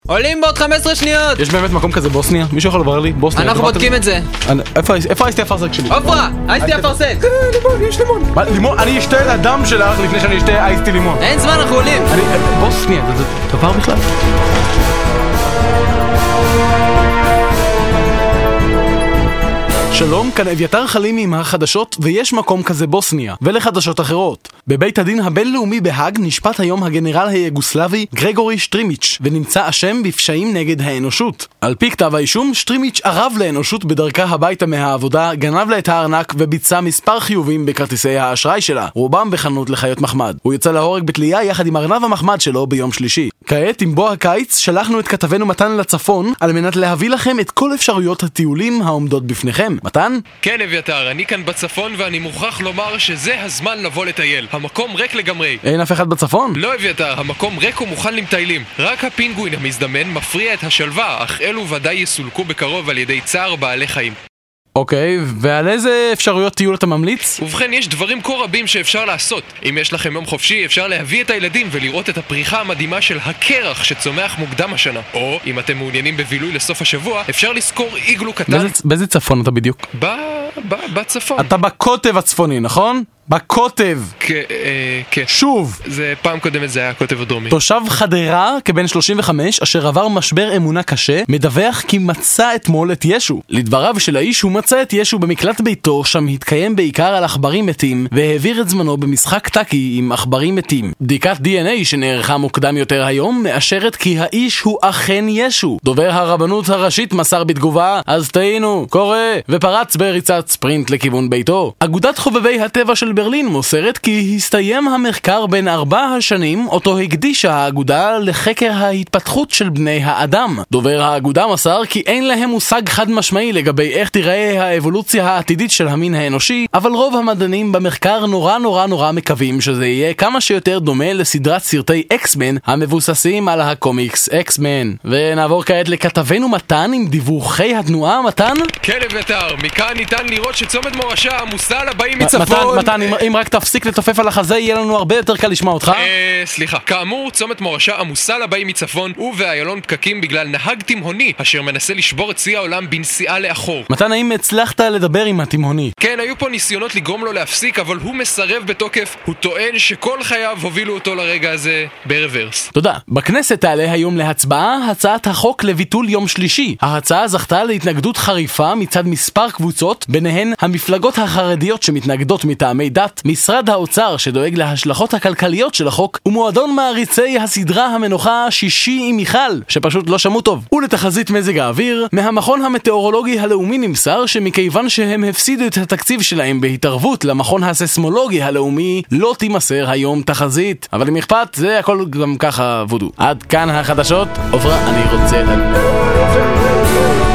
עולים בעוד 15 שניות. יש באמת מקום כזה בוסניה? מישהו יכול לברר לי? בוסניה? אנחנו בודקים את זה. איפה האייסטי הפרסק שלי? עופרה, אייסטי הפרסק. לימון, יש לימון. מה, לימון? אני אשתה את הדם שלך לפני שאני אשתה אייסטי לימון. אין זמן, אנחנו עולים. בוסניה, זה דבר בכלל? שלום, כאן אביתר חלימי עם החדשות, ויש מקום כזה בוסניה, ולחדשות אחרות. בבית הדין הבינלאומי בהאג נשפט היום הגנרל היוגוסלבי גרגורי שטרימיץ', ונמצא אשם בפשעים נגד האנושות. על פי כתב האישום, שטרימיץ' ערב לאנושות בדרכה הביתה מהעבודה, גנב לה את הארנק וביצע מספר חיובים בכרטיסי האשראי שלה, רובם בחנות לחיות מחמד. הוא יצא להורג בתלייה יחד עם ארנב המחמד שלו ביום שלישי. כעת, עם בוא הקיץ, שלחנו את כתבנו מתן לצפון, על מנת להביא לכם את כל אפשרויות הטיולים העומדות בפניכם. מתן? כן אביתר, אני כאן בצפון ואני מוכרח לומר שזה הזמן לבוא לטייל. המקום ריק לגמרי. אין אף אחד בצפון? לא אביתר, המקום ריק ומוכן למטיילים. רק הפינגווין המזדמן מפריע את השלווה, אך אלו ודאי יסולקו בקרוב על ידי צער בעלי חיים. אוקיי, ועל איזה אפשרויות טיול אתה ממליץ? ובכן, יש דברים כה רבים שאפשר לעשות. אם יש לכם יום חופשי, אפשר להביא את הילדים ולראות את הפריחה המדהימה של הקרח שצומח מוקדם השנה. או, אם אתם מעוניינים בבילוי לסוף השבוע, אפשר לזכור איגלו קטן. באיזה צפון אתה בדיוק? בצפון. אתה בקוטב הצפוני, נכון? בקוטב. כן. שוב. זה פעם קודמת זה היה הקוטב הדרומי. תושב חדרה, כבן 35, אשר עבר משבר אמונה קשה, מדווח כי מצא אתמול את ישו. לדבריו של האיש, הוא מצא את ישו במקלט ביתו, שם התקיים בעיקר על עכברים מתים, והעביר את זמנו במשחק טאקי עם עכברים מתים. בדיקת DNA שנערכה מוקדם יותר היום, מאשרת כי האיש הוא אכן ישו. דובר הרבנות הראשית מסר בתגובה, אז טעינו, קורא, ופרץ בריצת ספרינט לכיוון ביתו. אגודת חובבי הטבע של ברלין מוסרת כי הסתיים המחקר בין 4 השנים אותו הקדישה האגודה לחקר ההתפתחות של בני האדם. דובר האגודה מסר כי אין להם מושג חד משמעי לגבי איך תיראה האבולוציה העתידית של המין האנושי, אבל רוב המדענים במחקר נורא מקווים שזה יהיה כמה שיותר דומה לסדרת סרטי אקסמן המבוססים על הקומיקס אקסמן. ונעבור כעת לכתבנו מתן עם דיווחי התנועה. מתן? כן אביתר, מכאן ניתן לראות שצומת מורשה עמוסה לבאים מצפון. מתן, אם רק תפסיק לתופף על החזה, יהיה לנו הרבה יותר קל לשמוע אותך. סליחה. כאמור, צומת מורשה עמוסה לבאים מצפון, ובאיילון פקקים בגלל נהג תימהוני, אשר מנסה לשבור את שיא העולם בנסיעה לאחור. מתן, האם הצלחת לדבר עם התימהוני? כן, היו פה ניסיונות לגרום לו להפסיק, אבל הוא מסרב בתוקף. הוא טוען שכל חייו הובילו אותו לרגע הזה ברוורס. תודה. בכנסת תעלה היום להצבעה הצעת החוק לביטול יום שלישי. ההצעה זכתה להתנגדות חריפה מצד מספר קבוצות, ביניהן המפלגות החרדיות שמתנגדות מטעמי דת, משרד האוצר שדואג להשלכות הכלכליות של החוק, ומועדון מעריצי הסדרה המנוחה שישי עם מיכל, שפשוט לא שמעו טוב. ולתחזית מזג האוויר, מהמכון המטאורולוגי הלאומי נמסר שמכיוון שהם הפסידו את התקציב שלהם בהתערבות למכון הססמולוגי הלאומי, לא תימסר היום תחזית. אבל אם אכפת, זה הכל גם ככה וודו. עד כאן החדשות. עופרה, אני רוצה...